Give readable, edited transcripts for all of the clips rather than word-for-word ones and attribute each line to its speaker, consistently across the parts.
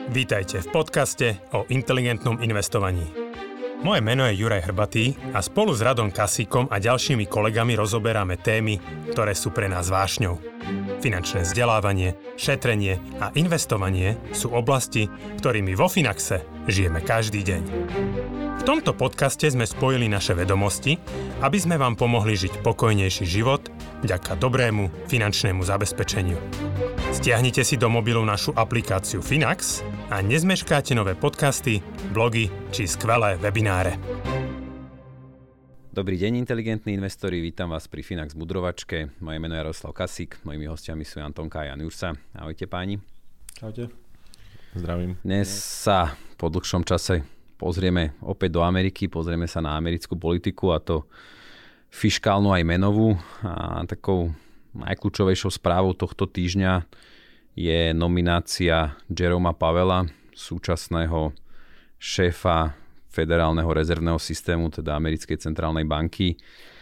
Speaker 1: Vítajte v podcaste o inteligentnom investovaní. Moje meno je Juraj Hrbatý a spolu s Radom Kasíkom a ďalšími kolegami rozoberáme témy, ktoré sú pre nás vášňou. Finančné vzdelávanie, šetrenie a investovanie sú oblasti, ktorými vo Finaxe žijeme každý deň. V tomto podcaste sme spojili naše vedomosti, aby sme vám pomohli žiť pokojnejší život vďaka dobrému finančnému zabezpečeniu. Stiahnite si do mobilu našu aplikáciu Finax a nezmeškáte nové podcasty, blogy či skvelé webináre.
Speaker 2: Dobrý deň, inteligentní investori, vítam vás pri Finax Mudrovačke. Moje meno je Jaroslav Kasík, mojimi hostiami sú Antonka a Jan Jursa. Ahojte páni.
Speaker 3: Čaute. Zdravím.
Speaker 2: Dnes sa po dlhšom čase pozrieme opäť do Ameriky, pozrieme sa na americkú politiku, a to fiškálnu aj menovú. A takou najkľúčovejšou správou tohto týždňa je nominácia Jeroma Powella, súčasného šéfa Federálneho rezervného systému, teda Americkej centrálnej banky,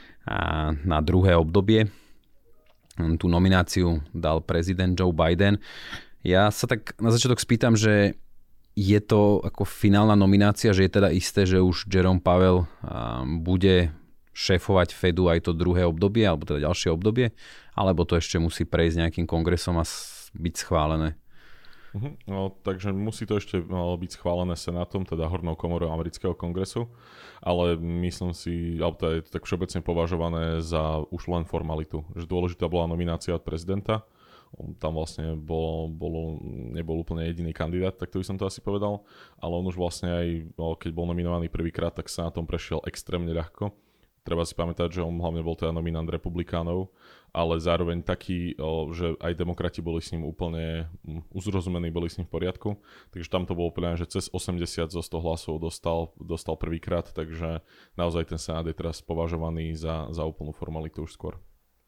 Speaker 2: na druhé obdobie. Tú nomináciu dal prezident Joe Biden. Ja sa tak na začiatok spýtam, že je to ako finálna nominácia, že je teda isté, že už Jerome Powell bude šéfovať Fedu aj to druhé obdobie, alebo teda ďalšie obdobie, alebo to ešte musí prejsť nejakým kongresom a byť schválené?
Speaker 3: No, takže musí to ešte byť schválené Senátom, teda hornou komorou amerického kongresu, ale myslím si, alebo to je tak všeobecne považované za už len formalitu, že dôležitá bola nominácia od prezidenta. On tam vlastne nebol úplne jediný kandidát, tak to by som to asi povedal, ale on už vlastne aj, keď bol nominovaný prvýkrát, tak sa na tom prešiel extrémne ľahko. Treba si pamätať, že on hlavne bol teda nominant republikánov, ale zároveň taký, že aj demokrati boli s ním úplne uzrozumení, boli s ním v poriadku. Takže tam to bolo úplne, že cez 80 zo 100 hlasov dostal prvýkrát, takže naozaj ten senát je teraz považovaný za úplnú formalitu už skôr.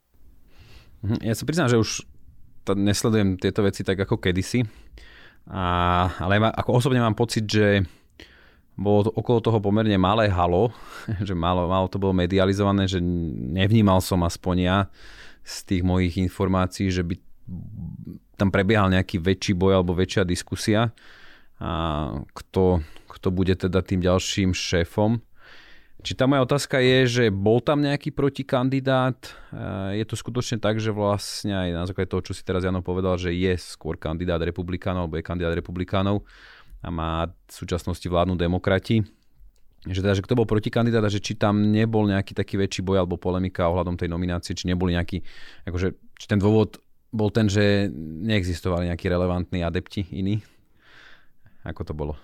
Speaker 2: Ja sa priznám, že už nesledujem tieto veci tak ako kedysi, ale ako osobne mám pocit, že bolo okolo toho pomerne malé halo, že málo to bolo medializované, že nevnímal som aspoň ja z tých mojich informácií, že by tam prebiehal nejaký väčší boj alebo väčšia diskusia, a kto bude teda tým ďalším šéfom. Či tá moja otázka je, že bol tam nejaký protikandidát? Je to skutočne tak, že vlastne aj na základe toho, čo si teraz Jano povedal, že je skôr kandidát republikánov, alebo je kandidát republikánov a má v súčasnosti vládnu demokrati. Že teda, že kto bol protikandidát a že či tam nebol nejaký taký väčší boj alebo polemika ohľadom tej nominácie, či neboli nejaký, akože, či ten dôvod bol ten, že neexistovali nejakí relevantní adepti iní? Ako to bolo?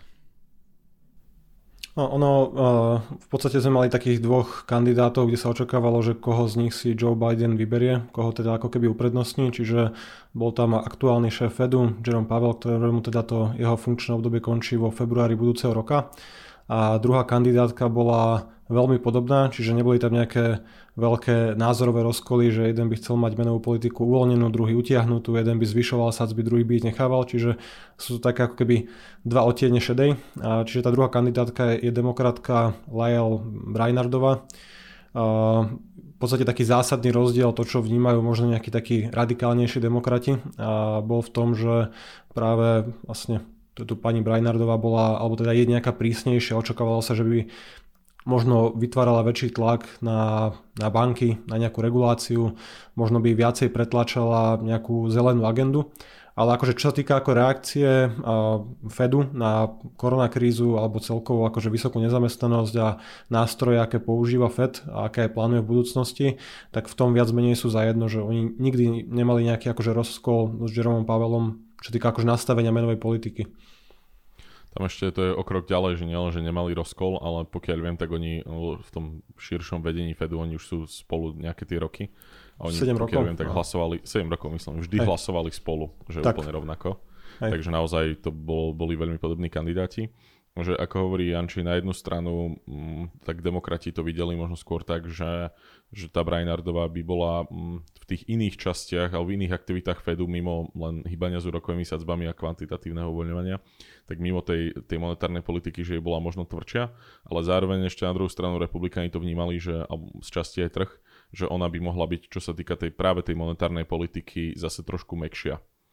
Speaker 3: No, v podstate sme mali takých dvoch kandidátov, kde sa očakávalo, že koho z nich si Joe Biden vyberie, koho teda ako keby uprednostní, čiže bol tam aktuálny šéf Fedu, Jerome Powell, ktorému teda to jeho funkčné obdobie končí vo februári budúceho roka. A druhá kandidátka bola veľmi podobná, čiže neboli tam nejaké veľké názorové rozkoly, že jeden by chcel mať menovú politiku uvoľnenú, druhý utiahnutú, jeden by zvyšoval sadzby, druhý by ich nechával, čiže sú to také ako keby dva odtiene šedej. Čiže tá druhá kandidátka je demokratka Lael Brainardová. V podstate taký zásadný rozdiel, to čo vnímajú možno nejakí takí radikálnejší demokrati, bol v tom, že práve vlastne tu pani Brainardová bola, alebo teda je nejaká prísnejšia, očakávalo sa, že by možno vytvárala väčší tlak na banky, na nejakú reguláciu, možno by viacej pretlačala nejakú zelenú agendu. Ale akože čo sa týka ako reakcie Fedu na koronakrízu alebo celkovo akože vysokú nezamestnanosť a nástroje, aké používa Fed a aké plánuje v budúcnosti, tak v tom viac menej sú zajedno, že oni nikdy nemali nejaký akože rozkol s Jeromom Powellom, čo týka akože nastavenia menovej politiky.
Speaker 4: Tam ešte to je o krok ďalej, že nielen, že nemali rozkol, ale pokiaľ viem, tak oni v tom širšom vedení Fedu, oni už sú spolu nejaké tie roky. A oni,
Speaker 3: 7 rokov.
Speaker 4: Viem, tak hlasovali, 7 rokov myslím, vždy hlasovali spolu, že tak. Úplne rovnako. Takže naozaj to boli veľmi podobní kandidáti. Že ako hovorí Janči, na jednu stranu, tak demokrati to videli možno skôr tak, že tá Brainardová by bola v tých iných častiach alebo v iných aktivitách Fedu mimo len hýbania s úrokovými sadzbami a kvantitatívneho uvoľňovania, tak mimo tej monetárnej politiky, že jej bola možno tvrdšia, ale zároveň ešte na druhú stranu republikáni to vnímali, že z časti aj trh, že ona by mohla byť, čo sa týka práve tej monetárnej politiky, zase trošku mäkšia.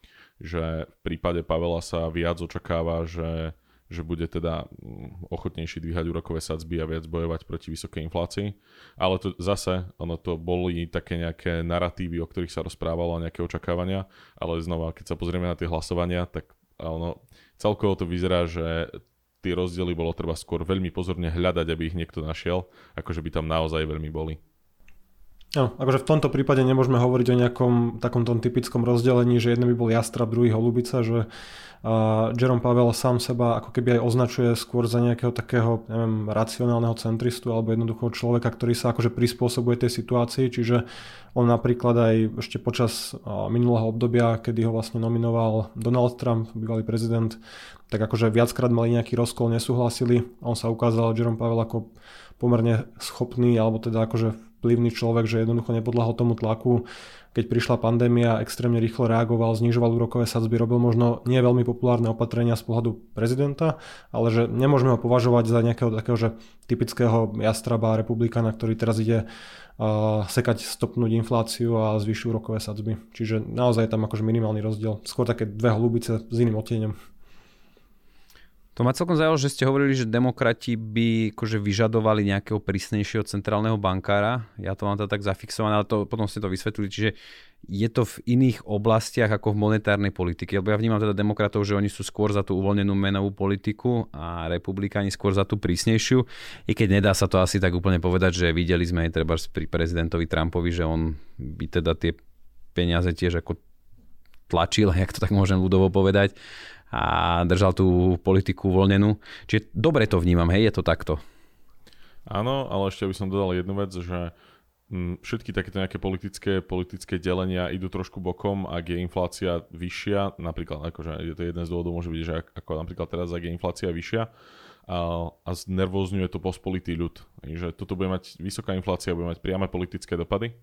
Speaker 4: že v prípade Pavela sa viac očakáva, že bude teda ochotnejší dvíhať úrokové sadzby a viac bojovať proti vysokej inflácii. Ale to zase, to boli také nejaké naratívy, o ktorých sa rozprávalo, nejaké očakávania, ale znova, keď sa pozrieme na tie hlasovania, tak celkovo to vyzerá, že tie rozdiely bolo treba skôr veľmi pozorne hľadať, aby ich niekto našiel, akože by tam naozaj veľmi boli.
Speaker 3: No, akože v tomto prípade nemôžeme hovoriť o nejakom takomto typickom rozdelení, že jeden by bol Jastrab, druhý Holubica, že Jerome Powell sám seba ako keby aj označuje skôr za nejakého takého, neviem, racionálneho centristu alebo jednoducho človeka, ktorý sa akože prispôsobuje tej situácii, čiže on napríklad aj ešte počas minulého obdobia, kedy ho vlastne nominoval Donald Trump, bývalý prezident, tak akože viackrát mali nejaký rozkol, nesúhlasili. On sa ukázal, Jerome Powell, ako pomerne schopný alebo teda akože vplyvný človek, že jednoducho nepodľahol tomu tlaku. Keď prišla pandémia, extrémne rýchlo reagoval, znižoval úrokové sadzby, robil možno nie veľmi populárne opatrenia z pohľadu prezidenta, ale že nemôžeme ho považovať za nejakého takého, že typického jastraba republikána, ktorý teraz ide sekať, stopnúť infláciu a zvýšiť úrokové sadzby. Čiže naozaj je tam akože minimálny rozdiel. Skôr také dve holubice s iným odtieňom.
Speaker 2: To ma celkom zaujalo, že ste hovorili, že demokrati by akože vyžadovali nejakého prísnejšieho centrálneho bankára. Ja to mám teda tak zafixované, ale potom ste to vysvetlili. Čiže je to v iných oblastiach ako v monetárnej politike? Lebo ja vnímam teda demokratov, že oni sú skôr za tú uvoľnenú menovú politiku a republikáni skôr za tú prísnejšiu. I keď nedá sa to asi tak úplne povedať, že videli sme aj treba pri prezidentovi Trumpovi, že on by teda tie peniaze tiež ako tlačil, jak to tak môžem ľudovo povedať, a držal tú politiku uvoľnenú. Čiže dobre to vnímam, hej, je to takto.
Speaker 4: Áno, ale ešte by som dodal jednu vec, že všetky takéto nejaké politické delenia idú trošku bokom, ak je inflácia vyššia, napríklad, akože je to jeden z dôvodov, môže byť, že ako napríklad teraz, ak je inflácia vyššia a znervózňuje to pospolitý ľud. Takže toto bude mať, vysoká inflácia bude mať priame politické dopady.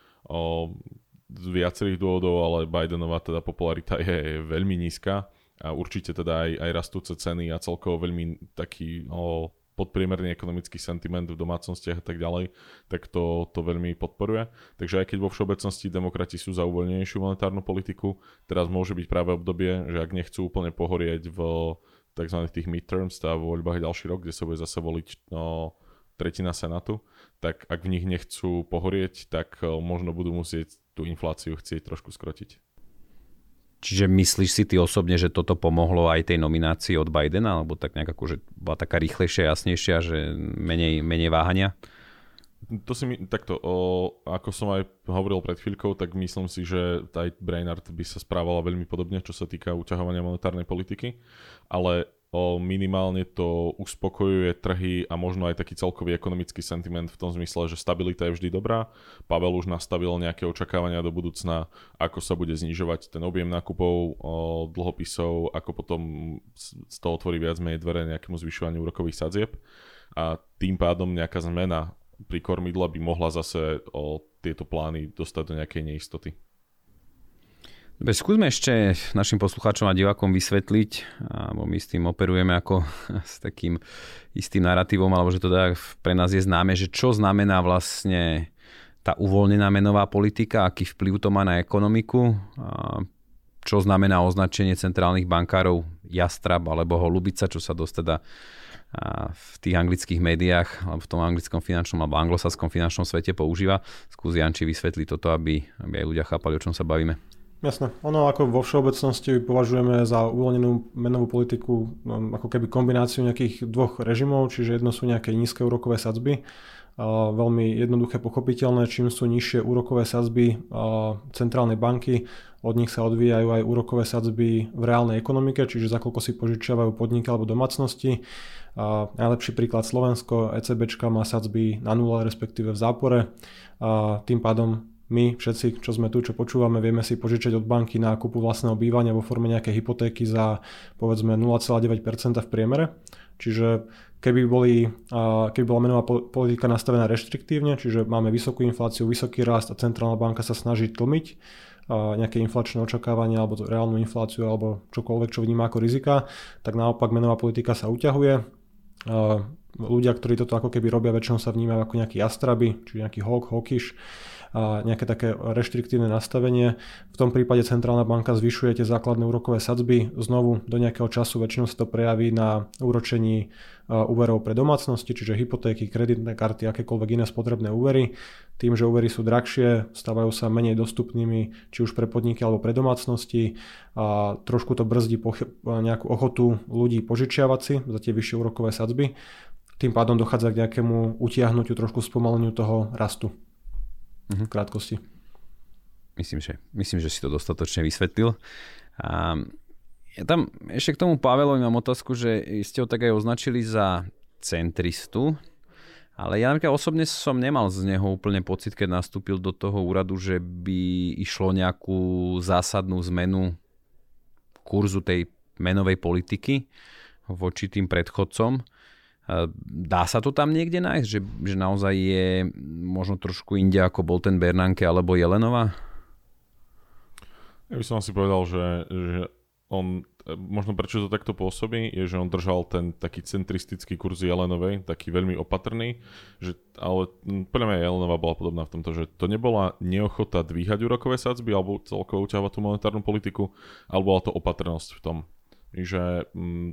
Speaker 4: Z viacerých dôvodov, ale Bidenová teda popularita je veľmi nízka. A určite teda aj rastúce ceny a celkovo veľmi taký podpriemerný ekonomický sentiment v domácnostiach a tak ďalej, tak to veľmi podporuje. Takže aj keď vo všeobecnosti demokrati sú za uvoľnenejšiu monetárnu politiku, teraz môže byť práve obdobie, že ak nechcú úplne pohorieť v tzv. Tých midterms, teda vo voľbách ďalší rok, kde sa bude zase voliť tretina senátu, tak ak v nich nechcú pohorieť, tak možno budú musieť tú infláciu chcieť trošku skrotiť.
Speaker 2: Čiže myslíš si ty osobne, že toto pomohlo aj tej nominácii od Bidena, alebo tak nejak že bola taká rýchlejšia, jasnejšia, že menej váhania?
Speaker 4: To si takto, ako som aj hovoril pred chvíľkou, tak myslím si, že aj Brainard by sa správala veľmi podobne, čo sa týka uťahovania monetárnej politiky, ale minimálne to uspokojuje trhy a možno aj taký celkový ekonomický sentiment v tom zmysle, že stabilita je vždy dobrá. Pavel už nastavil nejaké očakávania do budúcna, ako sa bude znižovať ten objem nákupov dlhopisov, ako potom z toho otvorí viac menej dvere nejakému zvyšovaniu úrokových sadzieb a tým pádom nejaká zmena pri kormidle by mohla zase tieto plány dostať do nejakej neistoty.
Speaker 2: Skúsme ešte našim poslucháčom a divákom vysvetliť, alebo my s tým operujeme ako s takým istým naratívom, alebo že to pre nás je známe, že čo znamená vlastne tá uvoľnená menová politika, aký vplyv to má na ekonomiku, čo znamená označenie centrálnych bankárov Jastrab alebo Holubica, čo sa dosť teda v tých anglických médiách, alebo v tom anglickom finančnom alebo anglosaskom finančnom svete používa. Skús Janči vysvetliť toto, aby aj ľudia chápali, o čom sa bavíme.
Speaker 3: Jasné. Ono ako vo všeobecnosti považujeme za uvoľnenú menovú politiku ako keby kombináciu nejakých dvoch režimov, čiže jedno sú nejaké nízke úrokové sadzby, veľmi jednoduché pochopiteľné, čím sú nižšie úrokové sadzby centrálnej banky, od nich sa odvíjajú aj úrokové sadzby v reálnej ekonomike, čiže za koľko si požičiavajú podniky alebo domácnosti. Najlepší príklad Slovensko, ECBčka má sadzby na nule, respektíve v zápore. Tým pádom my všetci, čo sme tu, čo počúvame, vieme si požičať od banky na kúpu vlastného bývania vo forme nejakej hypotéky za povedzme 0,9% v priemere. Čiže keby bola menová politika nastavená reštriktívne, čiže máme vysokú infláciu, vysoký rast a centrálna banka sa snaží tlmiť nejaké inflačné očakávania alebo reálnu infláciu alebo čokoľvek, čo vníma ako rizika, tak naopak menová politika sa uťahuje. Ľudia, ktorí toto ako keby robia, väčšinou sa vnímajú ako nejakí jastraby, či nejaký hawkish. nejaké také reštriktívne nastavenie. V tom prípade centrálna banka zvyšuje tie základné úrokové sadzby znovu do nejakého času, väčšinou sa to prejaví na úročení úverov pre domácnosti, čiže hypotéky, kreditné karty, akékoľvek iné spotrebné úvery. Tým, že úvery sú drahšie, stávajú sa menej dostupnými, či už pre podniky alebo pre domácnosti. A trošku to brzdí nejakú ochotu ľudí požičiavať si za tie vyššie úrokové sadzby. Tým pádom dochádza k nejakému utiahnutiu, trošku spomaleniu toho rastu. V krátkosti.
Speaker 2: Myslím, že si to dostatočne vysvetlil. Ja tam ešte k tomu Pavelovi mám otázku, že ste ho tak aj označili za centristu, ale ja napríklad osobne som nemal z neho úplne pocit, keď nastúpil do toho úradu, že by išlo nejakú zásadnú zmenu kurzu tej menovej politiky voči tým predchodcom. Dá sa to tam niekde nájsť, že naozaj je možno trošku inde, ako bol ten Bernanke alebo Jelenová?
Speaker 4: Ja by som asi povedal, že on, možno prečo to takto pôsobí, je, že on držal ten taký centristický kurz Jelenovej, taký veľmi opatrný, ale podľa mňa Jelenová bola podobná v tomto, že to nebola neochota dvíhať úrokové sadzby alebo celkovo uťahovať tú monetárnu politiku, ale bola to opatrnosť v tom, že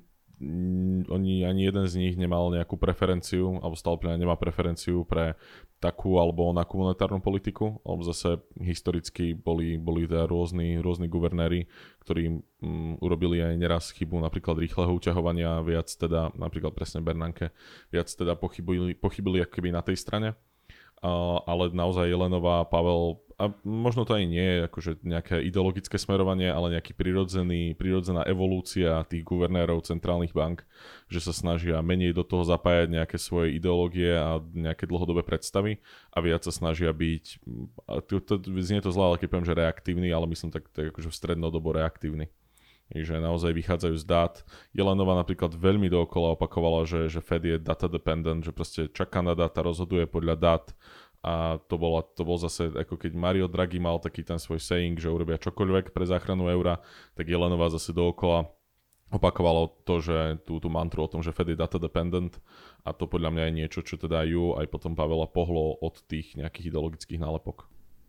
Speaker 4: oni, ani jeden z nich nemal nejakú preferenciu, alebo stále nemá preferenciu pre takú alebo onakú monetárnu politiku, alebo zase historicky boli teda rôzni guvernéri, ktorí urobili aj neraz chybu napríklad rýchleho uťahovania, viac teda, napríklad presne Bernanke, viac teda pochybili ako keby na tej strane. Ale naozaj Jelenová, Pavel, a možno to aj nie je akože nejaké ideologické smerovanie, ale nejaký prirodzená evolúcia tých guvernérov centrálnych bank, že sa snažia menej do toho zapájať nejaké svoje ideológie a nejaké dlhodobé predstavy a viac sa snažia byť, znie to zle, ale keď poviem, že reaktívny, ale myslím tak akože v strednodobo reaktívny. Že naozaj vychádzajú z dát. Jelenová napríklad veľmi dookola opakovala, že Fed je data dependent, že proste čaká na dáta, rozhoduje podľa dát a to bol zase ako keď Mario Draghi mal taký ten svoj saying, že urobia čokoľvek pre záchranu eura, tak Jelenová zase dookola opakovalo to, že tú mantru o tom, že Fed je data dependent a to podľa mňa je niečo, čo teda ju aj potom Pavela pohlo od tých nejakých ideologických nálepok.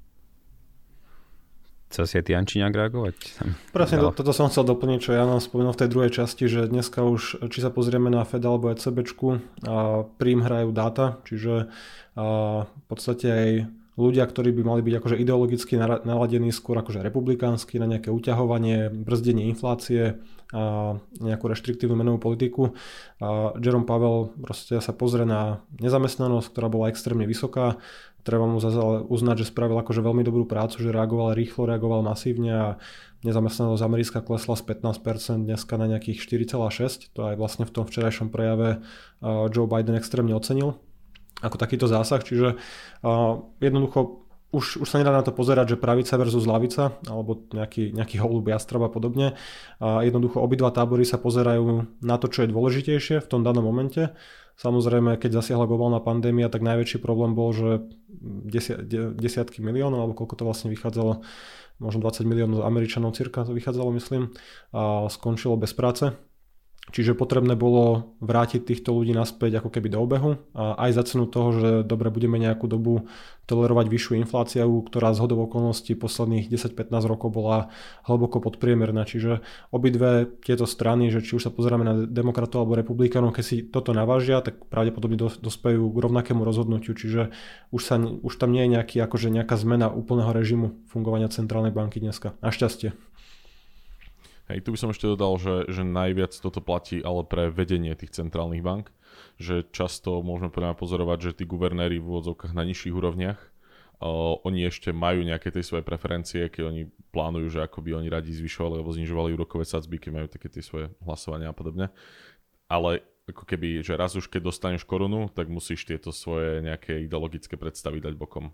Speaker 2: Chcel si aj ty, Janči, nejak reagovať?
Speaker 3: Presne, toto som chcel doplniť, čo ja nám spomenul v tej druhej časti, že dneska už, či sa pozrieme na Fed alebo ECBčku, prím hrajú dáta, čiže v podstate aj ľudia, ktorí by mali byť akože ideologicky naladení skôr akože republikánsky na nejaké uťahovanie, brzdenie inflácie a nejakú reštriktívnu menovú politiku. Jerome Powell proste sa pozrie na nezamestnanosť, ktorá bola extrémne vysoká. Treba mu zase uznať, že spravil akože veľmi dobrú prácu, že reagoval rýchlo, reagoval masívne a nezamestnanosť americká klesla z 15% dneska na nejakých 4,6%. To aj vlastne v tom včerajšom prejave Joe Biden extrémne ocenil ako takýto zásah. Čiže jednoducho už sa nedá na to pozerať, že pravica versus lavica alebo nejaký holub jastrab a podobne. Jednoducho obidva tábory sa pozerajú na to, čo je dôležitejšie v tom danom momente. Samozrejme, keď zasiahla globálna pandémia, tak najväčší problém bol, že desiatky miliónov, alebo koľko to vlastne vychádzalo, možno 20 miliónov Američanov cirka to vychádzalo, myslím, a skončilo bez práce. Čiže potrebné bolo vrátiť týchto ľudí naspäť ako keby do obehu a aj za cenu toho, že dobre budeme nejakú dobu tolerovať vyššiu infláciu, ktorá z hodou okolností posledných 10-15 rokov bola hlboko podpriemerná. Čiže obidve tieto strany, že či už sa pozeráme na demokratov alebo republikánov, keď si toto navážia, tak pravdepodobne dospejú k rovnakému rozhodnutiu. Čiže už tam nie je nejaká zmena úplného režimu fungovania centrálnej banky dneska. Našťastie.
Speaker 4: Hej, tu by som ešte dodal, že najviac toto platí ale pre vedenie tých centrálnych bank, že často môžeme pozorovať, že tí guvernéri v úvodzovkách na nižších úrovniach, oni ešte majú nejaké tej svoje preferencie, keď oni plánujú, že ako by oni radi zvyšovali alebo znižovali úrokové sadzby, keď majú také tie svoje hlasovania a podobne. Ale ako keby, že raz už keď dostaneš korunu, tak musíš tieto svoje nejaké ideologické predstavy dať bokom.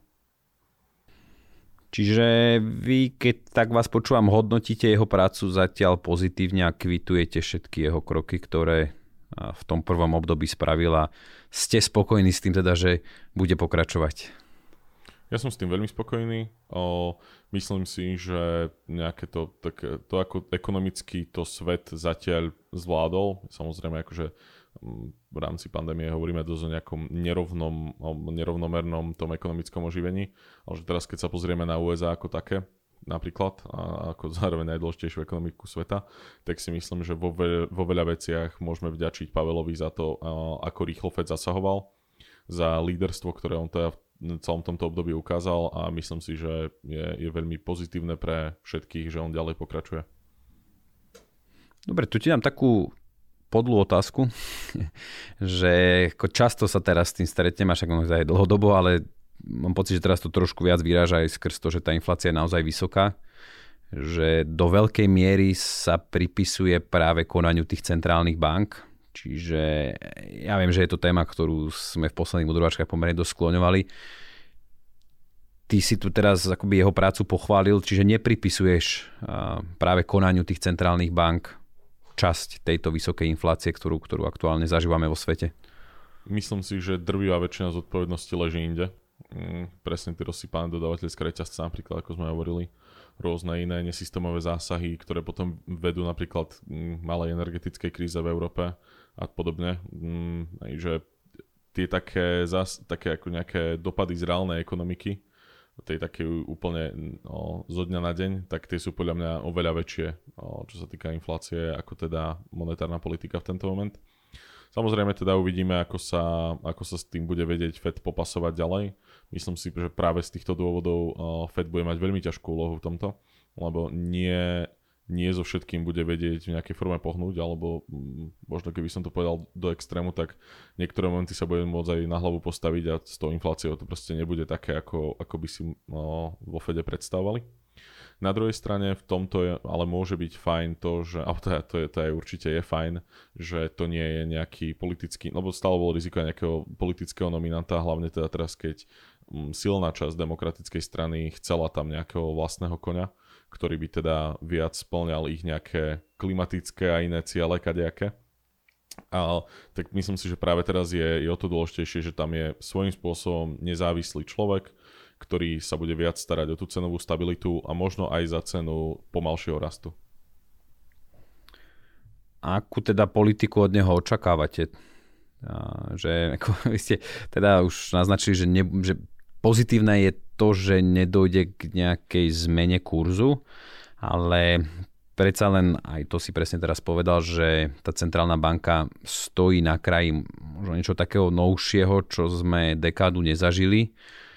Speaker 2: Čiže vy, keď tak vás počúvam, hodnotíte jeho prácu zatiaľ pozitívne a kvitujete všetky jeho kroky, ktoré v tom prvom období spravil a ste spokojní s tým teda, že bude pokračovať?
Speaker 4: Ja som s tým veľmi spokojný. Myslím si, že nejaké to ako ekonomicky to svet zatiaľ zvládol. Samozrejme, akože v rámci pandémie hovoríme dosť o nejakom nerovnomernom tom ekonomickom oživení, ale že teraz keď sa pozrieme na USA ako také, napríklad, a ako zároveň najdôležitejšiu ekonomiku sveta, tak si myslím, že vo veľa veciach môžeme vďačiť Pavelovi za to, ako rýchlo Fed zasahoval, za líderstvo, ktoré on teda v celom tomto období ukázal a myslím si, že je veľmi pozitívne pre všetkých, že on ďalej pokračuje.
Speaker 2: Dobre, tu ti dám takú podlú otázku, že často sa teraz s tým stretnem, až ako aj dlhodobo, ale mám pocit, že teraz to trošku viac vyráža aj skrz to, že tá inflácia je naozaj vysoká, že do veľkej miery sa pripisuje práve konaniu tých centrálnych bank. Čiže ja viem, že je to téma, ktorú sme v posledných modrovačkách pomerne dosť skloňovali. Ty si tu teraz akoby jeho prácu pochválil, čiže nepripisuješ práve konaniu tých centrálnych bank časť tejto vysokej inflácie, ktorú aktuálne zažívame vo svete? Myslím si, že drvivá väčšina zodpovednosti leží inde. Presne tie rozsypané dodávateľské reťazce, napríklad, ako sme hovorili, rôzne iné nesystémové zásahy, ktoré potom vedú napríklad malej energetickej kríze v Európe a podobne. Že tie také ako nejaké dopady z reálnej ekonomiky, tej také úplne zo dňa na deň, tak tie sú podľa mňa oveľa väčšie, čo sa týka inflácie, ako teda monetárna politika v tento moment. Samozrejme teda uvidíme, ako sa s tým bude vedieť Fed popasovať ďalej. Myslím si, že práve z týchto dôvodov Fed bude mať veľmi ťažkú úlohu v tomto, lebo nie so všetkým bude vedieť v nejakej forme pohnúť, alebo možno keby som to povedal do extrému, tak niektoré momenty sa bude môcť aj na hlavu postaviť a s tou infláciou to proste nebude také, ako by si vo Fede predstavovali. Na druhej strane v tomto ale môže byť fajn to, že, alebo to je určite je fajn, že to nie je nejaký politický, lebo stále bolo riziko nejakého politického nominanta, hlavne teda teraz, keď silná časť demokratickej strany chcela tam nejakého vlastného koňa, ktorý by teda viac spĺňal ich nejaké klimatické a iné ciele kadejaké. Tak myslím si, že práve teraz je o to dôležitejšie, že tam je svojím spôsobom nezávislý človek, ktorý sa bude viac starať o tú cenovú stabilitu a možno aj za cenu pomalšieho rastu. Akú teda politiku od neho očakávate? Že ako vy ste teda už naznačili, že pozitívne je to, že nedojde k nejakej zmene kurzu, ale predsa len, aj to si presne teraz povedal, že tá centrálna banka stojí na kraji možno niečo takého novšieho, čo sme dekádu nezažili.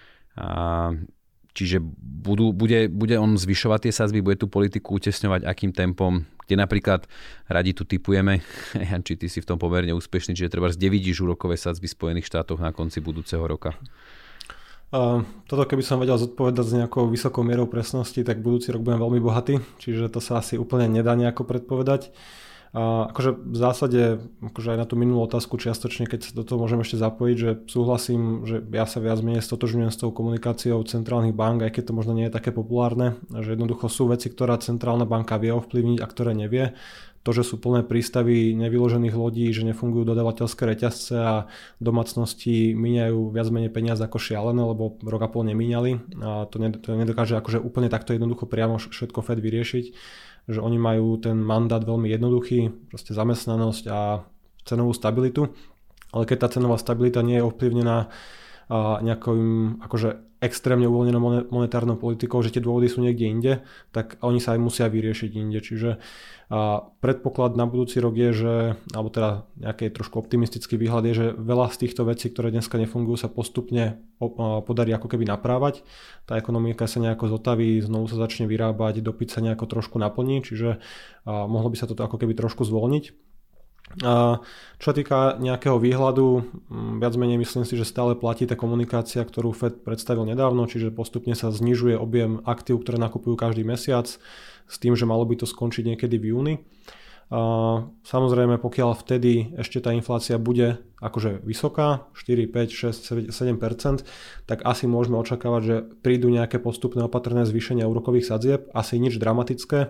Speaker 2: Čiže bude on zvyšovať tie sadzby, bude tú politiku utesňovať akým tempom, kde napríklad radi tu tipujeme, Janči, ty si v tom pomerne úspešný, čiže treba nevidíš úrokové sadzby v Spojených štátoch na konci budúceho roka.
Speaker 3: Toto keby som vedel zodpovedať s nejakou vysokou mierou presnosti, tak budúci rok budem veľmi bohatý, čiže to sa asi úplne nedá nejako predpovedať. Akože v zásade, akože aj na tú minulú otázku čiastočne, keď sa do toho môžem ešte zapojiť, že súhlasím, že ja sa viac menej stotožňujem s tou komunikáciou centrálnych bank, aj keď to možno nie je také populárne, že jednoducho sú veci, ktorá centrálna banka vie ovplyvniť a ktoré nevie. To, že sú plné prístavy nevyložených lodí, že nefungujú dodávateľské reťazce a domácnosti míňajú viac menej peniaze ako šialené, lebo rok a pol nemíňali. A to nedokáže akože úplne takto jednoducho priamo všetko Fed vyriešiť. Že oni majú ten mandát veľmi jednoduchý, proste zamestnanosť a cenovú stabilitu. Ale keď tá cenová stabilita nie je ovplyvnená nejakým akože extrémne uvoľnenou monetárnou politikou, že tie dôvody sú niekde inde, tak oni sa aj musia vyriešiť inde. Čiže predpoklad na budúci rok je, že, alebo teda nejaký trošku optimistický výhľad je, že veľa z týchto vecí, ktoré dneska nefungujú, sa postupne podarí ako keby naprávať. Tá ekonomika sa nejako zotaví, znovu sa začne vyrábať, dopyt sa nejako trošku naplní, čiže mohlo by sa to ako keby trošku zvolniť. Čo sa týka nejakého výhľadu, viac menej myslím si, že stále platí tá komunikácia, ktorú Fed predstavil nedávno, čiže postupne sa znižuje objem aktív, ktoré nakupujú každý mesiac, s tým, že malo by to skončiť niekedy v júni. Samozrejme, pokiaľ vtedy ešte tá inflácia bude akože vysoká, 4, 5, 6, 7%, tak asi môžeme očakávať, že prídu nejaké postupné opatrné zvýšenia úrokových sadzieb, asi nič dramatické.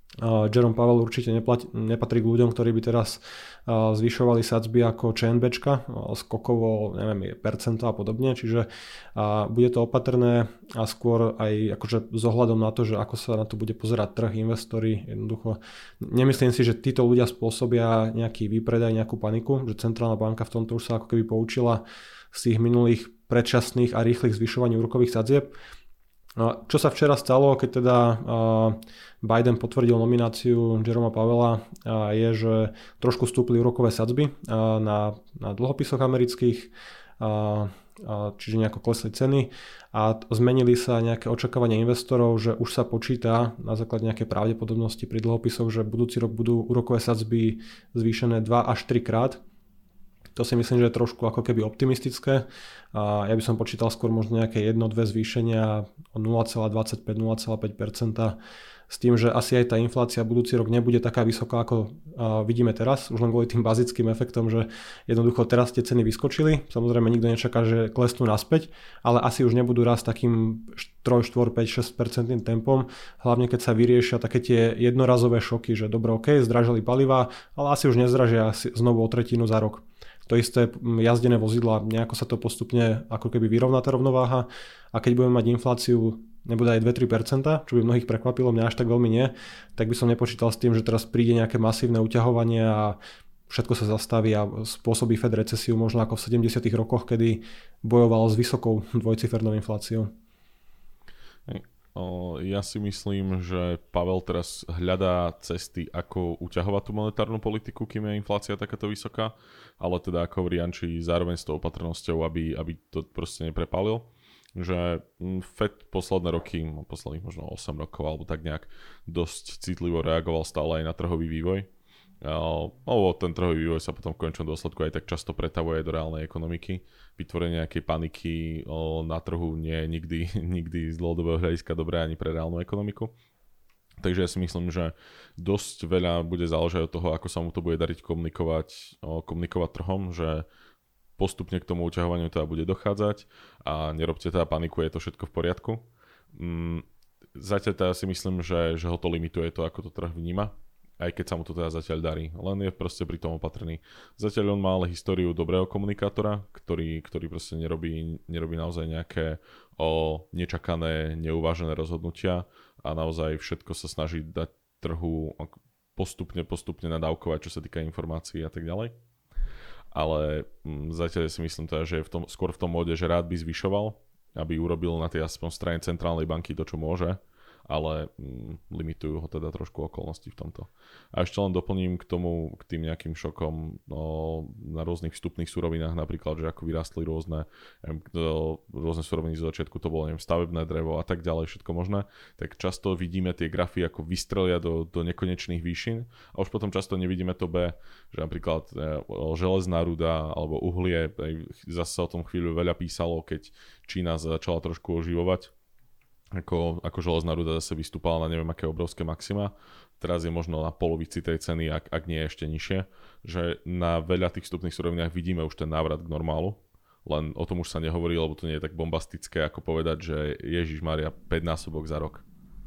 Speaker 3: Jerome Powell určite nepatrí k ľuďom, ktorí by teraz zvyšovali sadzby ako ČNBčka, skokovo, neviem, percento a podobne, čiže bude to opatrné a skôr aj akože s ohľadom na to, že ako sa na to bude pozerať trh, investori, jednoducho. Nemyslím si, že títo ľudia spôsobia nejaký výpredaj, nejakú paniku, že centrálna banka v tomto už sa ako keby poučila z tých minulých predčasných a rýchlych zvyšovaní úrokových sadzieb. Čo sa včera stalo, keď teda Biden potvrdil nomináciu Jeroma Powella, je, že trošku stúpli úrokové sadzby na dlhopisoch amerických, čiže nejako klesli ceny a zmenili sa nejaké očakávania investorov, že už sa počíta na základe nejakej pravdepodobnosti pri dlhopisoch, že budúci rok budú úrokové sadzby zvýšené 2 až 3 krát. To si myslím, že je trošku ako keby optimistické. Ja by som počítal skôr možno nejaké 1-2 zvýšenia o 0,25-0,5%, s tým, že asi aj tá inflácia budúci rok nebude taká vysoká, ako vidíme teraz, už len kvôli tým bazickým efektom, že jednoducho teraz tie ceny vyskočili. Samozrejme nikto nečaká, že klesnú naspäť, ale asi už nebudú rásť takým 3, 4, 5, 6% tempom, hlavne keď sa vyriešia také tie jednorazové šoky, že dobre, OK, zdražili paliva, ale asi už nezdražia znovu o tretinu za rok. To isté jazdené vozidla, nejako sa to postupne ako keby vyrovná tá rovnováha a keď budeme mať infláciu nebude aj 2-3%, čo by mnohých prekvapilo, mňa až tak veľmi nie, tak by som nepočítal s tým, že teraz príde nejaké masívne uťahovanie a všetko sa zastaví a spôsobí Fed recesiu možno ako v 70. rokoch, kedy bojoval s vysokou dvojcifernou infláciou.
Speaker 4: Ja si myslím, že Pavel teraz hľadá cesty, ako uťahovať tú monetárnu politiku, kým je inflácia takáto vysoká, ale teda ako hovorí Janči, zároveň s tou opatrnosťou, aby to proste neprepálil. Že Fed posledné roky, posledných možno 8 rokov alebo tak nejak dosť citlivo reagoval stále aj na trhový vývoj. Ten trhový vývoj sa potom v konečnom dôsledku aj tak často pretavuje do reálnej ekonomiky. Vytvorenie nejakej paniky na trhu nie je nikdy z dlhodobého hľadiska dobré ani pre reálnu ekonomiku. Takže ja si myslím, že dosť veľa bude záležať od toho, ako sa mu to bude dariť komunikovať trhom, že postupne k tomu uťahovaniu teda bude dochádzať a nerobte teda paniku, je to všetko v poriadku. Zatiaľ teda si myslím, že ho to limituje to, ako to trh vníma, aj keď sa mu to teda zatiaľ darí. Len je proste pri tom opatrný. Zatiaľ on má ale históriu dobrého komunikátora, ktorý proste nerobí naozaj nejaké nečakané, neuvážené rozhodnutia a naozaj všetko sa snaží dať trhu postupne nadávkovať, čo sa týka informácií a tak ďalej. Ale zatiaľ si myslím teda, že je skôr v tom móde, že rád by zvyšoval, aby urobil na tej aspoň strane centrálnej banky to, čo môže, ale limitujú ho teda trošku okolnosti v tomto. A ešte len doplním k tým nejakým šokom na rôznych vstupných surovinách, napríklad, že ako vyrástli rôzne suroviny z začiatku, to bolo stavebné drevo a tak ďalej, všetko možné, tak často vidíme tie grafy, ako vystrelia do nekonečných výšin a už potom často nevidíme to B, že napríklad železná ruda alebo uhlie, zase sa o tom chvíľu veľa písalo, keď Čína začala trošku oživovať, ako železná ruda zase vystúpala na neviem aké obrovské maxima. Teraz je možno na polovici tej ceny, ak nie ešte nižšie. Že na veľa tých vstupných surovinách vidíme už ten návrat k normálu. Len o tom už sa nehovorí, lebo to nie je tak bombastické, ako povedať, že Ježišmaria 5-násobok za rok.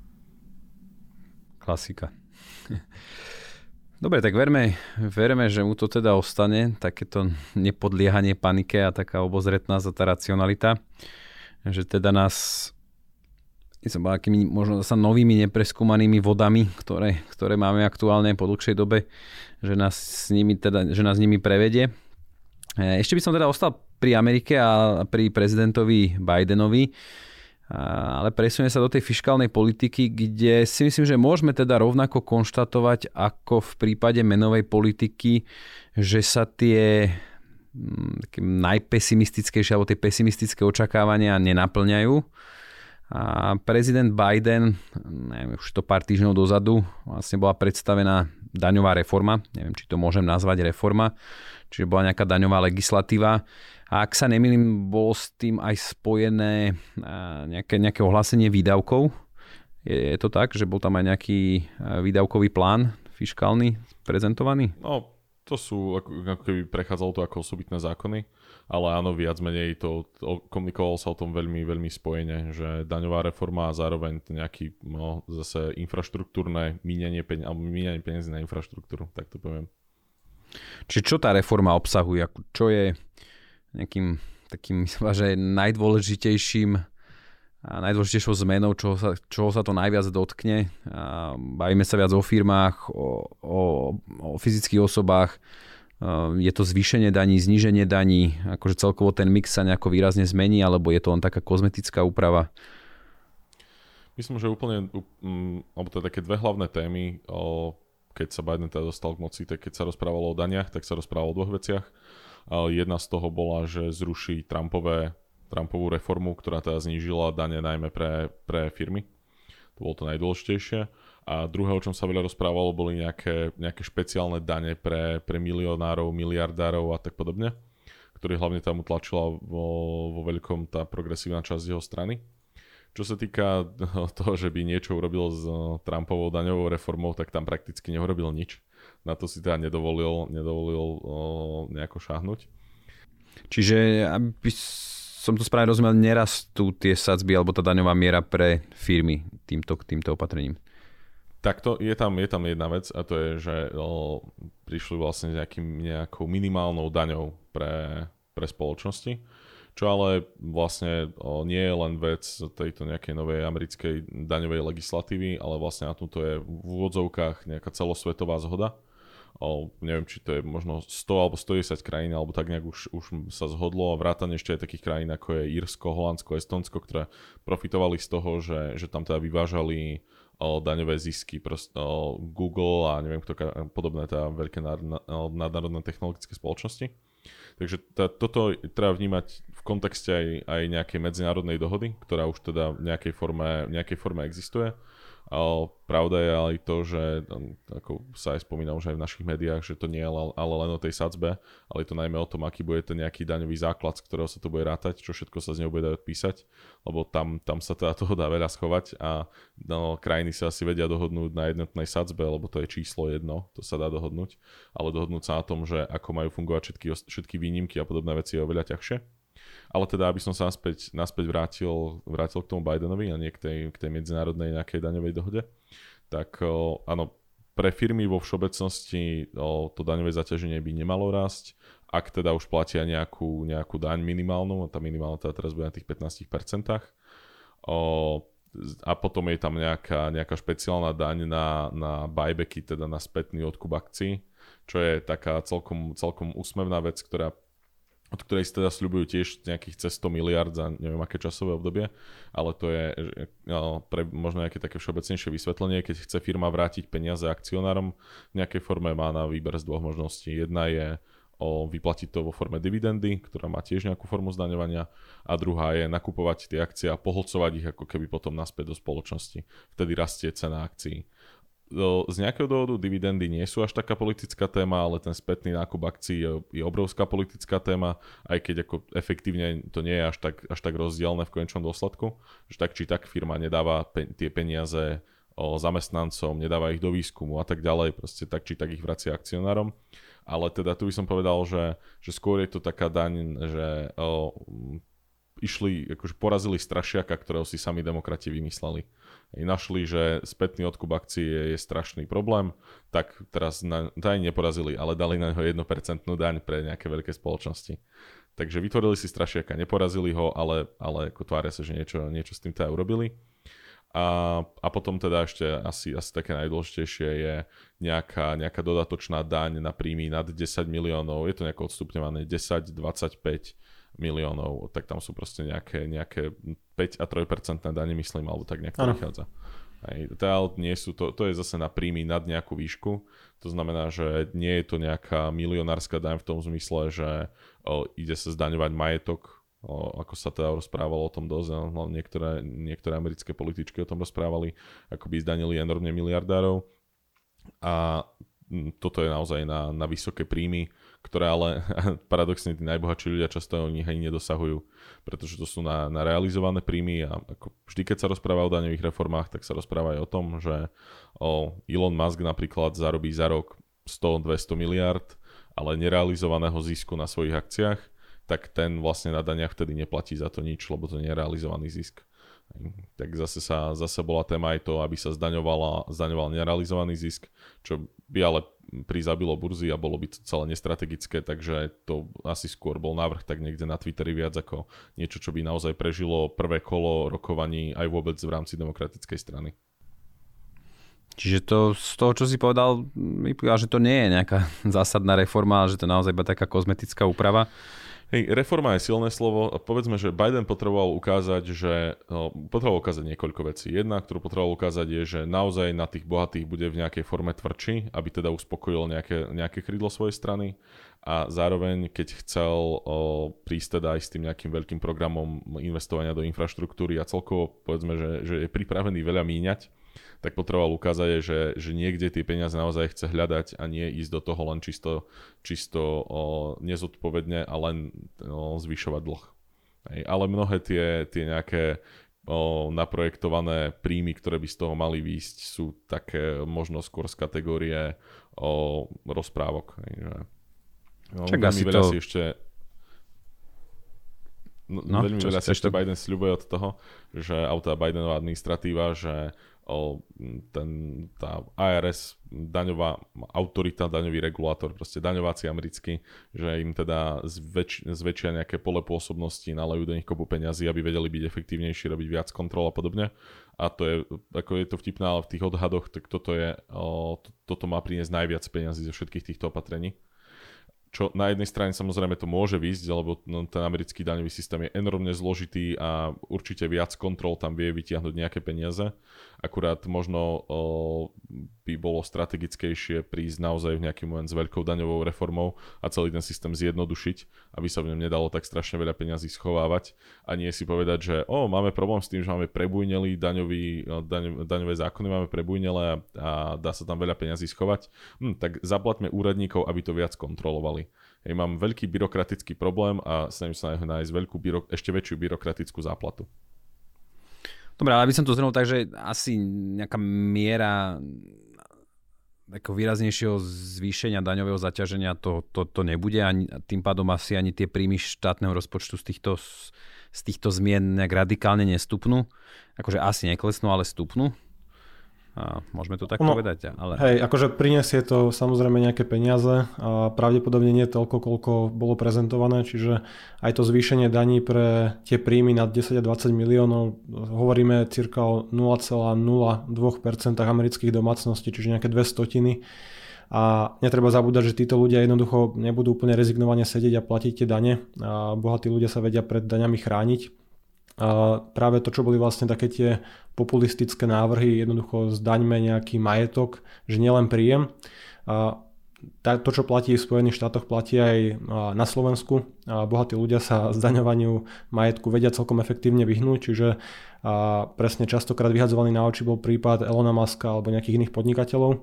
Speaker 2: Klasika. Dobre, tak verme, že mu to teda ostane, takéto nepodliehanie panike a taká obozretnosť a tá racionalita. Že teda nás možno sa novými nepreskúmanými vodami, ktoré máme aktuálne po dlhšej dobe, že nás nimi prevedie. Ešte by som teda ostal pri Amerike a pri prezidentovi Bidenovi, ale presunie sa do tej fiškálnej politiky, kde si myslím, že môžeme teda rovnako konštatovať ako v prípade menovej politiky, že sa tie najpesimistickejšie alebo tie pesimistické očakávania nenaplňajú. A prezident Biden, neviem, už to pár týždňov dozadu, vlastne bola predstavená daňová reforma, neviem, či to môžem nazvať reforma, čiže bola nejaká daňová legislatíva. A ak sa nemýlim, bolo s tým aj spojené nejaké ohlásenie výdavkov. Je to tak, že bol tam aj nejaký výdavkový plán fiškálny prezentovaný?
Speaker 4: No, To sú, ako keby prechádzalo to ako osobitné zákony, ale áno, viac menej to komunikovalo sa o tom veľmi, veľmi spojene, že daňová reforma a zároveň nejaký zase infraštruktúrne míňanie peniazy na infraštruktúru, tak to poviem.
Speaker 2: Čiže čo tá reforma obsahuje? Čo je nejakým takým, myslím, že najdôležitejšou zmenou, čoho sa to najviac dotkne? Bavíme sa viac o firmách, o fyzických osobách. Je to zvýšenie daní, zníženie daní? Akože celkovo ten mix sa nejako výrazne zmení, alebo je to len taká kozmetická úprava?
Speaker 4: Myslím, že úplne, alebo to je také dve hlavné témy, keď sa Biden teda dostal k moci, tak keď sa rozprávalo o daniach, tak sa rozprávalo o dvoch veciach. Jedna z toho bola, že zruší Trumpovú reformu, ktorá teda znížila dane najmä pre firmy. To bolo to najdôležitejšie. A druhé, o čom sa veľa rozprávalo, boli nejaké špeciálne dane pre milionárov, miliardárov a tak podobne, ktorý hlavne tam utlačila vo veľkom tá progresívna časť jeho strany. Čo sa týka toho, že by niečo urobil s Trumpovou daňovou reformou, tak tam prakticky neurobil nič. Na to si teda nedovolil nejako šáhnuť.
Speaker 2: Čiže aby som to správne rozumel, nerastú tie sadzby alebo tá daňová miera pre firmy týmto opatrením.
Speaker 4: Takto je tam jedna vec a to je, že prišli vlastne s nejakou minimálnou daňou pre spoločnosti, čo ale vlastne nie je len vec tejto nejakej novej americkej daňovej legislatívy, ale vlastne na tomto je v úvodzovkách nejaká celosvetová zhoda. Neviem, či to je možno 100 alebo 110 krajín, alebo tak nejak už sa zhodlo. Vrátane ešte aj takých krajín, ako je Írsko, Holandsko, Estonsko, ktoré profitovali z toho, že tam teda vyvážali daňové zisky, Google a neviem kto podobné teda veľké nadnárodné technologické spoločnosti. Takže toto treba vnímať v kontexte aj nejakej medzinárodnej dohody, ktorá už teda v nejakej forme existuje. Pravda je ale to, že ako sa aj spomínal už aj v našich médiách, že to nie je ale len o tej sadzbe, ale je to najmä o tom, aký bude ten nejaký daňový základ, z ktorého sa to bude rátať, čo všetko sa z neho bude dať odpísať, lebo tam sa teda toho dá veľa schovať a krajiny sa asi vedia dohodnúť na jednotnej sadzbe, lebo to je číslo jedno, to sa dá dohodnúť, ale dohodnúť sa na tom, že ako majú fungovať všetky výnimky a podobné veci je oveľa ťažšie. Ale teda, aby som sa naspäť vrátil k tomu Bidenovi a nie k tej medzinárodnej nejakej daňovej dohode, tak áno, pre firmy vo všeobecnosti to daňové zaťaženie by nemalo rásť, ak teda už platia nejakú daň minimálnu, a tá minimálna teda teraz bude na tých 15%. A potom je tam nejaká špeciálna daň na buybacky, teda na spätný odkup akcií, čo je taká celkom úsmevná vec, od ktorej si teda sľubujú tiež nejakých cez 100 miliard za neviem aké časové obdobie, ale to je pre možno nejaké také všeobecnejšie vysvetlenie, keď chce firma vrátiť peniaze akcionárom v nejakej forme, má na výber z dvoch možností. Jedna je vyplatiť to vo forme dividendy, ktorá má tiež nejakú formu zdaňovania, a druhá je nakupovať tie akcie a pohlcovať ich ako keby potom naspäť do spoločnosti. Vtedy rastie cena akcií. Z nejakého dôvodu dividendy nie sú až taká politická téma, ale ten spätný nákup akcií je obrovská politická téma, aj keď ako efektívne to nie je až tak rozdielne v konečnom dôsledku, že tak či tak firma nedáva tie peniaze zamestnancom, nedáva ich do výskumu a tak ďalej, proste tak či tak ich vracia akcionárom. Ale teda tu by som povedal, že skôr je to taká daň, že akože porazili strašiaka, ktorého si sami demokrati vymysleli. Našli, že spätný odkup akcií je strašný problém, tak teraz daň neporazili, ale dali na neho 1% daň pre nejaké veľké spoločnosti. Takže vytvorili si strašiaka, neporazili ho, ale ako tvária sa, že niečo s tým teda urobili. A potom teda ešte asi také najdôležitejšie je nejaká dodatočná daň na príjmy nad 10 miliónov, je to nejako odstupňované 10, 25 miliónov, tak tam sú proste nejaké 5 a 3% dane, myslím, alebo tak nejak to vychádza. Nie sú to je zase na príjmy nad nejakú výšku, to znamená, že nie je to nejaká milionárska daň v tom zmysle, že ide sa zdaňovať majetok, ako sa teda rozprávalo o tom dosť, niektoré americké političky o tom rozprávali, ako by zdanili enormne miliardárov, a toto je naozaj na vysoké príjmy, ktoré ale paradoxne tí najbohatší ľudia často o nich ani nedosahujú, pretože to sú na realizované príjmy, a ako vždy, keď sa rozpráva o daňových reformách, tak sa rozpráva aj o tom, že Elon Musk napríklad zarobí za rok 100-200 miliard ale nerealizovaného zisku na svojich akciách, tak ten vlastne na daniach vtedy neplatí za to nič, lebo to nie je realizovaný zisk. Tak zase bola téma aj to, aby sa zdaňoval nerealizovaný zisk, čo by ale prizabilo burzy a bolo by to celé nestrategické, takže to asi skôr bol návrh tak niekde na Twitteri viac ako niečo, čo by naozaj prežilo prvé kolo rokovaní aj vôbec v rámci demokratickej strany.
Speaker 2: Čiže to z toho, čo si povedal, vyplýva, že to nie je nejaká zásadná reforma, ale že to je naozaj iba taká kozmetická úprava.
Speaker 4: Hej, reforma je silné slovo. Povedzme, že Biden potreboval ukázať niekoľko vecí. Jedna, ktorú potreboval ukázať, je, že naozaj na tých bohatých bude v nejakej forme tvrdší, aby teda uspokojil nejaké krídlo svojej strany. A zároveň, keď chcel prísť teda aj s tým nejakým veľkým programom investovania do infraštruktúry a celkovo povedzme, že je pripravený veľa míňať, tak potreboval ukázať, že niekde tie peniaze naozaj chce hľadať a nie ísť do toho len čisto nezodpovedne a len zvyšovať dlh. Ale mnohé tie nejaké naprojektované príjmy, ktoré by z toho mali výjsť, sú také možno skôr z kategórie rozprávok.
Speaker 2: Čak asi to...
Speaker 4: Veľmi veľa si ešte Biden sľubuje od toho, že Bidenová administratíva, že tá IRS, daňová autorita, daňový regulátor, proste daňováci americkí, že im teda zväčšia nejaké pole pôsobnosti, nalajú do nich kopu peňazí, aby vedeli byť efektívnejší, robiť viac kontrol a podobne. A to je, ako je to vtipné, ale v tých odhadoch, tak toto má priniesť najviac peňazí zo všetkých týchto opatrení. Čo na jednej strane samozrejme to môže výsť, lebo ten americký daňový systém je enormne zložitý a určite viac kontrol tam vie vytiahnuť nejaké peniaze. Akurát možno by bolo strategickejšie prísť naozaj v nejaký moment s veľkou daňovou reformou a celý ten systém zjednodušiť, aby sa v ňom nedalo tak strašne veľa peňazí schovávať a nie si povedať, že máme problém s tým, že máme prebujnelý daňové zákony, máme prebujnelé a dá sa tam veľa peňazí schovať, tak zaplaťme úradníkov, aby to viac kontrolovali. Mám veľký byrokratický problém a snažím sa nájsť ešte väčšiu byrokratickú záplatu.
Speaker 2: Dobre, ale aby som to zhrnul tak, že asi nejaká miera ako výraznejšieho zvýšenia daňového zaťaženia to nebude a tým pádom asi ani tie príjmy štátneho rozpočtu z týchto zmien nejak radikálne nestupnú. Akože asi neklesnú, ale stupnú. A môžeme to tak povedať. Ale...
Speaker 3: Hej, akože prinesie to samozrejme nejaké peniaze a pravdepodobne nie toľko, koľko bolo prezentované, čiže aj to zvýšenie daní pre tie príjmy nad 10 a 20 miliónov, hovoríme cirka o 0,02% amerických domácností, čiže nejaké 200. A netreba zabúdať, že títo ľudia jednoducho nebudú úplne rezignovane sedieť a platiť tie dane a bohatí ľudia sa vedia pred daňami chrániť. A práve to, čo boli vlastne také tie populistické návrhy, jednoducho zdaňme nejaký majetok, že nielen príjem. A to, čo platí v Spojených štátoch, platí aj na Slovensku. A bohatí ľudia sa zdaňovaniu majetku vedia celkom efektívne vyhnúť, čiže presne častokrát vyhadzovaný na oči bol prípad Elona Muska alebo nejakých iných podnikateľov,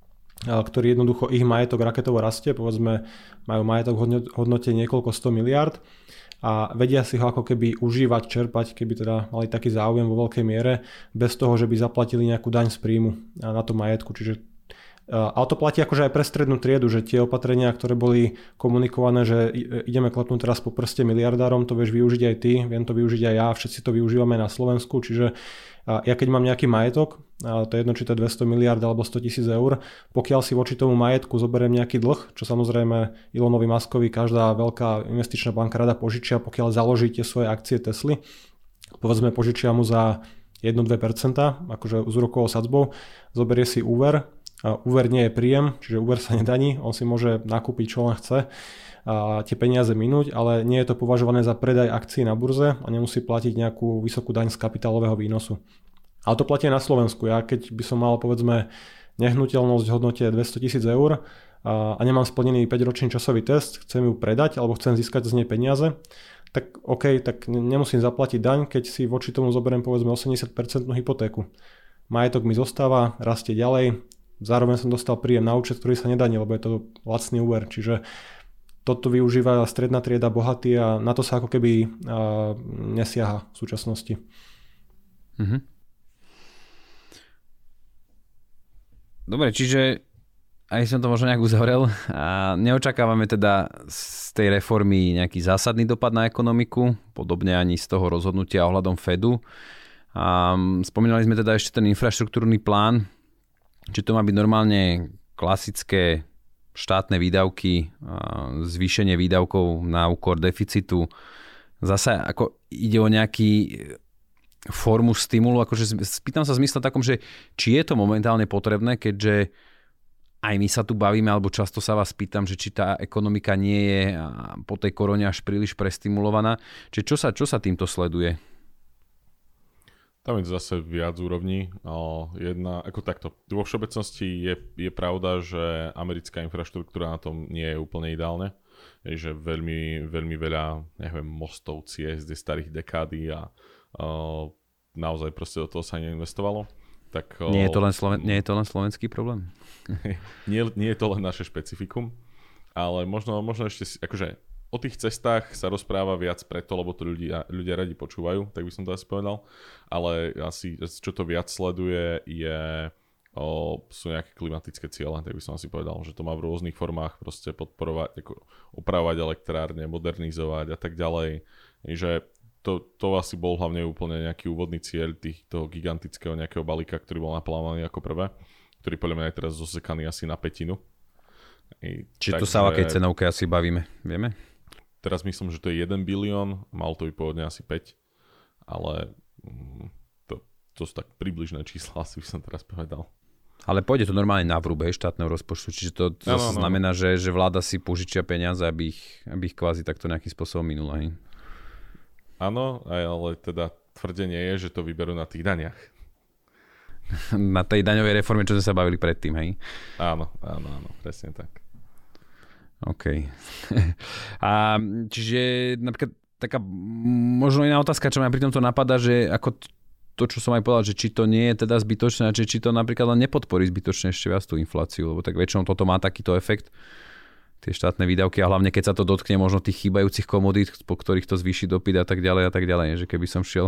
Speaker 3: ktorí jednoducho ich majetok raketovo rastie, povedzme majú majetok v hodnote niekoľko 100 miliárd a vedia si ho ako keby užívať, čerpať, keby teda mali taký záujem vo veľkej miere, bez toho, že by zaplatili nejakú daň z príjmu na to majetku. Čiže, ale to platí akože aj pre strednú triedu, že tie opatrenia, ktoré boli komunikované, že ideme klepnúť teraz po prste miliardárom, to vieš využiť aj ty, viem to využiť aj ja, všetci to využívame na Slovensku, čiže ja keď mám nejaký majetok, to je jedno, či to je 200 miliard alebo 100 000 eur, pokiaľ si voči tomu majetku zoberiem nejaký dlh, čo samozrejme Elonovi Muskovi každá veľká investičná banka rada požičia, pokiaľ založíte svoje akcie Tesly, povedzme požičia mu za 1-2%, akože s úrokovou sadzbou, zoberie si úver, úver nie je príjem, čiže úver sa nedaní, on si môže nakúpiť čo len chce, a tie peniaze minúť, ale nie je to považované za predaj akcií na burze a nemusí platiť nejakú vysokú daň z kapitálového výnosu. Ale to platí na Slovensku. Ja keď by som mal povedzme nehnuteľnosť v hodnote 200 000 eur a nemám splnený 5-ročný časový test, chcem ju predať alebo chcem získať z nej peniaze, tak OK, tak nemusím zaplatiť daň, keď si voči tomu zoberiem povedzme 80% hypotéku. Majetok mi zostáva, rastie ďalej, zároveň som dostal príjem na účet, ktorý sa nedaní, lebo je to lacný úver, čiže toto využíva stredná trieda, bohatí a na to sa ako keby nesiaha v súčasnosti.
Speaker 2: Dobre, čiže aj som to možno nejak uzavrel. A neočakávame teda z tej reformy nejaký zásadný dopad na ekonomiku, podobne ani z toho rozhodnutia ohľadom Fedu. A spomínali sme teda ešte ten infraštruktúrny plán, či to má byť normálne klasické štátne výdavky, zvýšenie výdavkov na úkor deficitu. Zase ako ide o nejaký formu stimulu, akože spýtam sa v zmysle takom, že či je to momentálne potrebné, keďže aj my sa tu bavíme, alebo často sa vás pýtam, že či tá ekonomika nie je po tej korone až príliš prestimulovaná. Čiže čo sa týmto sleduje?
Speaker 4: Tam je zase viac úrovní. Jedna, ako takto. Vo všeobecnosti je pravda, že americká infraštruktúra na tom nie je úplne ideálne. Je, že veľmi, veľmi veľa, neviem, mostov, ciest je starých dekády a naozaj proste do toho sa neinvestovalo. Tak,
Speaker 2: nie je to len slovenský problém?
Speaker 4: nie je to len naše špecifikum, ale možno ešte, akože o tých cestách sa rozpráva viac preto, lebo to ľudia radi počúvajú, tak by som to asi povedal, ale asi čo to viac sleduje sú nejaké klimatické ciele, tak by som asi povedal, že to má v rôznych formách proste podporovať, ako opravovať elektrárne, modernizovať a tak ďalej, že to asi bol hlavne úplne nejaký úvodný cieľ toho gigantického nejakého balíka, ktorý bol naplánovaný ako prvé, ktorý podľa mňa je teraz zosekaný asi na 1/5.
Speaker 2: Či to sa o akej cenovke asi bavíme, vieme?
Speaker 4: Teraz myslím, že to je 1 bilión, mal to byť pôvodne asi 5, ale to sú tak približné čísla, asi by som teraz povedal.
Speaker 2: Ale pôjde to normálne na vrúb štátneho rozpočtu, čiže to zase znamená, že vláda si požičia peniaze, aby ich kvázi takto nejakým spôsobom minula.
Speaker 4: Áno, ale teda tvrdenie je, že to vyberú na tých daniach.
Speaker 2: Na tej daňovej reforme, čo sme sa bavili predtým, hej?
Speaker 4: Áno, presne tak.
Speaker 2: OK. A čiže napríklad taká možno iná otázka, čo ma pri tomto napadá, že ako to, čo som aj povedal, že či to nie je teda zbytočné, či to napríklad len nepodporí zbytočne ešte viac tú infláciu, lebo tak väčšinou toto má takýto efekt, tie štátne výdavky a hlavne keď sa to dotkne možno tých chýbajúcich komodít, po ktorých to zvýši dopyt a tak ďalej, že keby som šiel...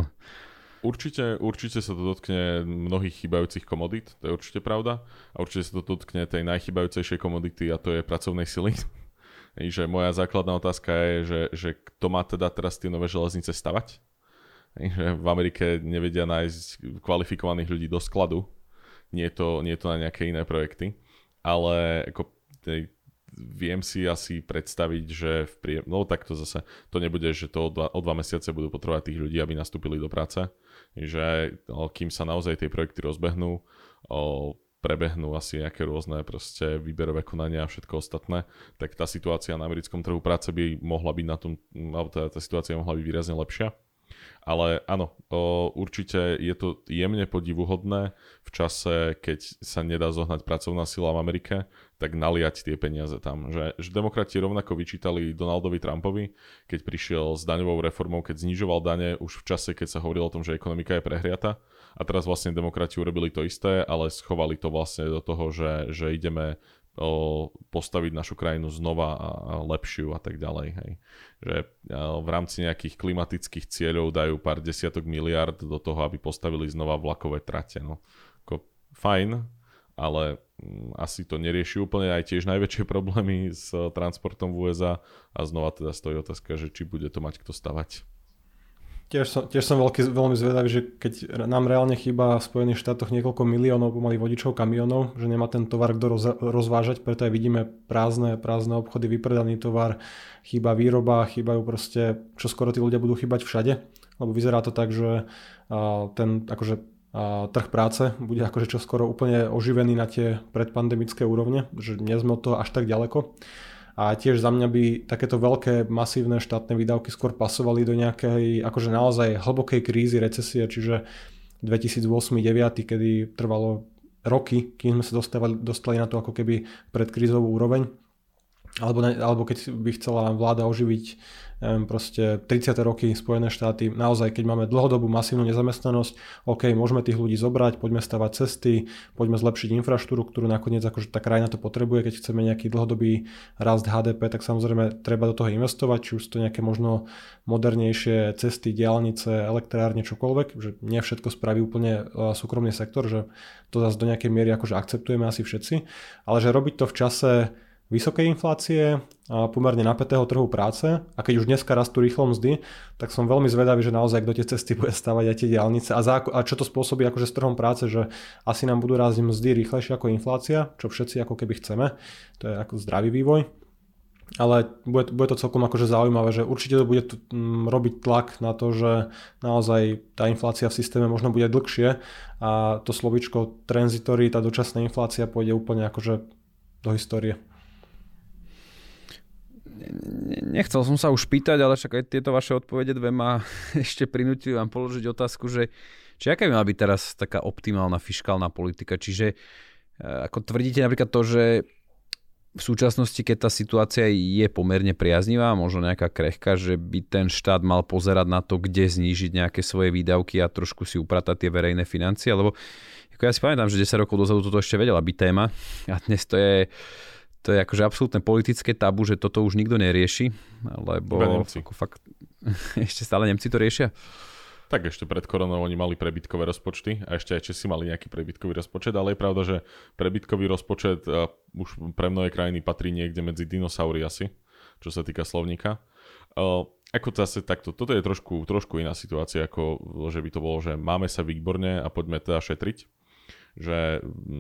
Speaker 4: Určite sa to dotkne mnohých chýbajúcich komodít, to je určite pravda, a určite sa to dotkne tej najchýbajúcejšej komodity a to je pracovnej sily. Že moja základná otázka je, že kto má teda teraz tie nové železnice stavať? Že v Amerike nevedia nájsť kvalifikovaných ľudí do skladu, nie je to na nejaké iné projekty, ale ako viem si asi predstaviť, že no tak to zase, to nebude, že to o 2 mesiace budú potrebovať tých ľudí, aby nastúpili do práce, že kým sa naozaj tie projekty rozbehnú, prebehnú asi nejaké rôzne proste výberové konania a všetko ostatné, tak tá situácia na americkom trhu práce by mohla byť na tom, alebo tá situácia mohla byť výrazne lepšia. Ale áno, určite je to jemne podivuhodné v čase, keď sa nedá zohnať pracovná sila v Amerike, tak naliať tie peniaze tam. Že demokrati rovnako vyčítali Donaldovi Trumpovi, keď prišiel s daňovou reformou, keď znižoval dane už v čase, keď sa hovorilo o tom, že ekonomika je prehriata. A teraz vlastne demokrati urobili to isté, ale schovali to vlastne do toho, že ideme postaviť našu krajinu znova a lepšiu a tak ďalej. Hej. Že v rámci nejakých klimatických cieľov dajú pár desiatok miliard do toho, aby postavili znova vlakové trate. No. Fajn, ale asi to nerieši úplne aj tiež najväčšie problémy s transportom v USA a znova teda stojí otázka, že či bude to mať kto stavať.
Speaker 3: Tiež som veľmi zvedavý, že keď nám reálne chýba v Spojených štátoch niekoľko miliónov pomaly vodičov kamionov, že nemá ten tovar kto rozvážať, preto aj vidíme prázdne obchody, vypredaný tovar, chýba výroba, chýbajú proste, čo skoro tí ľudia budú chýbať všade, lebo vyzerá to tak, že trh práce bude akože čo skoro úplne oživený na tie predpandemické úrovne, že nie sme od toho až tak ďaleko. A tiež za mňa by takéto veľké, masívne štátne výdavky skôr pasovali do nejakej akože naozaj hlbokej krízy, recesie, čiže 2008-2009, kedy trvalo roky, kým sme sa dostali na to ako keby predkrízovú úroveň. alebo keď by chcela vláda oživiť proste 30. roky Spojené štáty, naozaj keď máme dlhodobú masívnu nezamestnanosť, OK, môžeme tých ľudí zobrať, poďme stavať cesty, poďme zlepšiť infraštruktúru, nakoniec akože tá krajina to potrebuje, keď chceme nejaký dlhodobý rast HDP, tak samozrejme treba do toho investovať, či už to nejaké možno modernejšie cesty, diaľnice, elektrárne, čokoľvek, že nie všetko spraví úplne súkromný sektor, že to zase do nejakej miery akože akceptujeme asi všetci, ale že robiť to v čase vysokej inflácie a pomerne napätého trhu práce a keď už dneska rastú rýchlo mzdy, tak som veľmi zvedavý, že naozaj kto tie cesty bude stavať aj tie diaľnice a čo to spôsobí akože s trhom práce, že asi nám budú rásť mzdy rýchlejšie ako inflácia, čo všetci ako keby chceme, to je ako zdravý vývoj. Ale bude to celkom akože zaujímavé, že určite to bude robiť tlak na to, že naozaj tá inflácia v systéme možno bude dlhšie a to slovíčko transitory, tá dočasná inflácia pôjde úplne akože do histórie.
Speaker 2: Nechcel som sa už pýtať, ale však aj tieto vaše odpovede dve ma ešte prinútili vám položiť otázku, že či aká by mala byť teraz taká optimálna fiškálna politika? Čiže ako tvrdíte napríklad to, že v súčasnosti, keď tá situácia je pomerne priaznivá, možno nejaká krehká, že by ten štát mal pozerať na to, kde znížiť nejaké svoje výdavky a trošku si upratať tie verejné financie, lebo ako ja si pamätám, že 10 rokov dozadu toto ešte vedela byť téma a dnes to je akože absolútne politické tabu, že toto už nikto nerieši, lebo ako fakt, ešte stále Nemci to riešia.
Speaker 4: Tak ešte pred koronou oni mali prebytkové rozpočty a ešte aj Česi mali nejaký prebytkový rozpočet, ale je pravda, že prebytkový rozpočet už pre mnohé krajiny patrí niekde medzi dinosaury asi, čo sa týka slovníka. Ako zase takto, toto je trošku iná situácia, ako že by to bolo, že máme sa výborne a poďme teda šetriť, že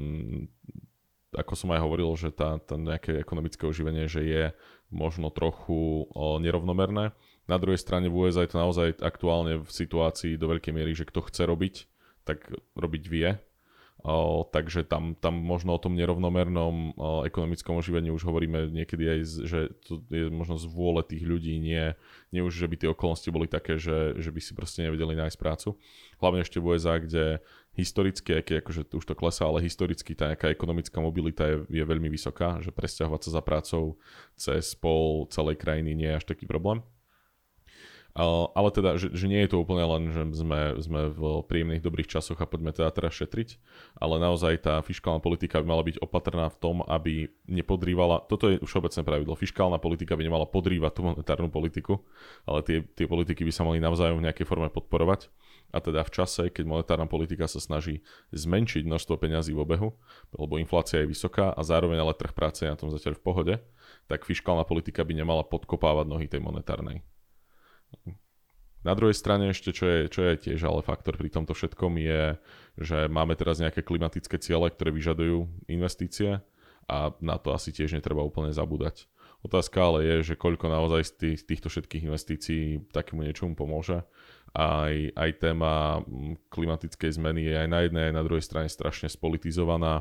Speaker 4: ako som aj hovoril, že tá nejaké ekonomické oživenie, že je možno trochu nerovnomerné. Na druhej strane v USA je to naozaj aktuálne v situácii do veľkej miery, že kto chce robiť, tak robiť vie. Takže tam možno o tom nerovnomernom ekonomickom oživení už hovoríme niekedy aj, že to je možno z vôle tých ľudí, nie už, že by tie okolnosti boli také, že by si proste nevedeli nájsť prácu. Hlavne ešte v USA, kde historicky, aj keď akože už to klesá, ale historicky tá nejaká ekonomická mobilita je veľmi vysoká, že presťahovať sa za prácou cez pol celej krajiny nie je až taký problém. Ale teda, že nie je to úplne len, že sme v príjemných dobrých časoch a poďme teda teraz šetriť, ale naozaj tá fiškálna politika by mala byť opatrná v tom, aby nepodrývala, toto je všeobecné pravidlo, fiškálna politika by nemala podrývať tú monetárnu politiku, ale tie politiky by sa mali navzájom v nejakej forme podporovať. A teda v čase, keď monetárna politika sa snaží zmenšiť množstvo peňazí v obehu, lebo inflácia je vysoká a zároveň ale trh práce je na tom zatiaľ v pohode, tak fiškálna politika by nemala podkopávať nohy tej monetárnej. Na druhej strane ešte, čo je tiež ale faktor pri tomto všetkom je, že máme teraz nejaké klimatické ciele, ktoré vyžadujú investície a na to asi tiež netreba úplne zabúdať. Otázka ale je, že koľko naozaj z týchto všetkých investícií takému niečomu pomôže. Aj téma klimatickej zmeny je aj na jednej, aj na druhej strane strašne spolitizovaná.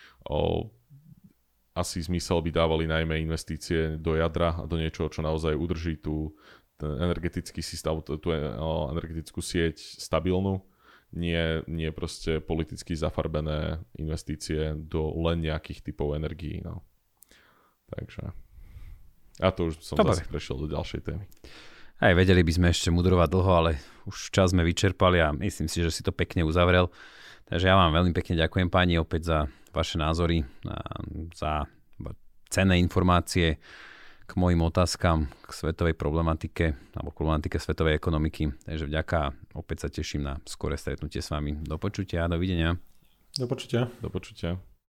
Speaker 4: Asi zmysel by dávali najmä investície do jadra a do niečoho, čo naozaj udrží ten energetický systém, tú energetickú sieť stabilnú, nie proste politicky zafarbené investície do len nejakých typov energií. No. Takže. A to už som zase prešiel do ďalšej témy.
Speaker 2: Aj vedeli by sme ešte mudrovať dlho, ale už čas sme vyčerpali a myslím si, že si to pekne uzavrel. Takže ja vám veľmi pekne ďakujem páni opäť za vaše názory, za cenné informácie k mojim otázkam, k svetovej problematike alebo problematike svetovej ekonomiky. Takže vďaka, opäť sa teším na skoré stretnutie s vami. Do počutia a dovidenia.
Speaker 3: Do počutia.
Speaker 4: Do počutia.